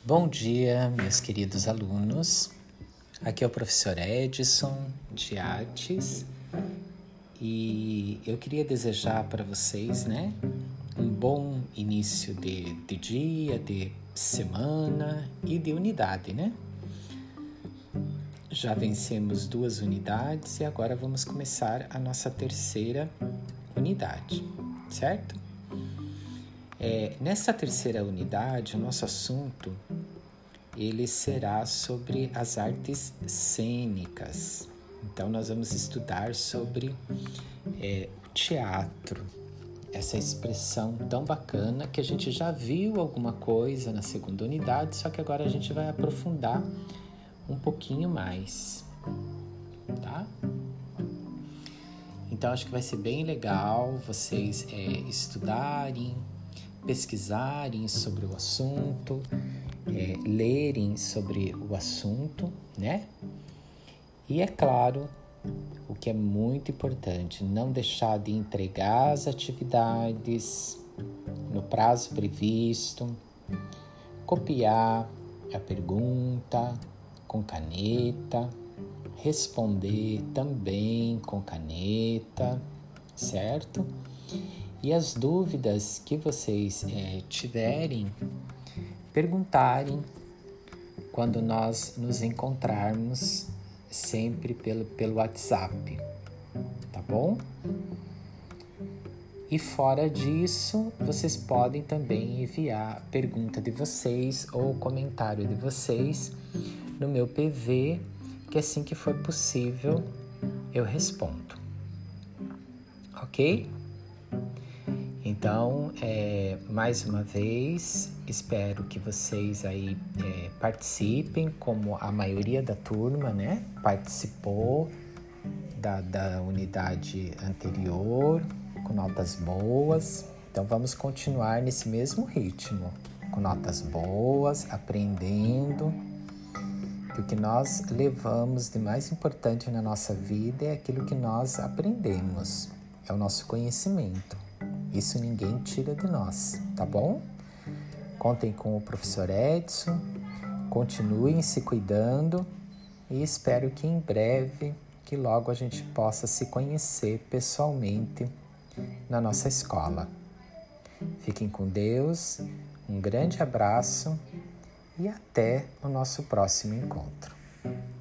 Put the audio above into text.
Bom dia, meus queridos alunos. Aqui é o professor Edson de Artes e eu queria desejar para vocês, um bom início de dia, de semana e de unidade, Já vencemos 2 unidades e agora vamos começar a nossa terceira unidade, certo? Nessa terceira unidade, o nosso assunto ele será sobre as artes cênicas. Então, nós vamos estudar sobre o teatro, essa expressão tão bacana que a gente já viu alguma coisa na segunda unidade, só que agora a gente vai aprofundar um pouquinho mais, tá? Então, acho que vai ser bem legal vocês estudarem, pesquisarem sobre o assunto, lerem sobre o assunto, E é claro, o que é muito importante, não deixar de entregar as atividades no prazo previsto, copiar a pergunta com caneta, responder também com caneta, certo? E as dúvidas que vocês tiverem, perguntarem quando nós nos encontrarmos sempre pelo WhatsApp, tá bom? E fora disso, vocês podem também enviar a pergunta de vocês ou o comentário de vocês no meu PV, que assim que for possível eu respondo, ok? Então, mais uma vez, espero que vocês aí participem, como a maioria da turma, participou da unidade anterior, com notas boas. Então, vamos continuar nesse mesmo ritmo, com notas boas, aprendendo. Que o que nós levamos de mais importante na nossa vida é aquilo que nós aprendemos, é o nosso conhecimento. Isso ninguém tira de nós, tá bom? Contem com o professor Edson, continuem se cuidando e espero que em breve, que logo a gente possa se conhecer pessoalmente na nossa escola. Fiquem com Deus, um grande abraço e até o nosso próximo encontro.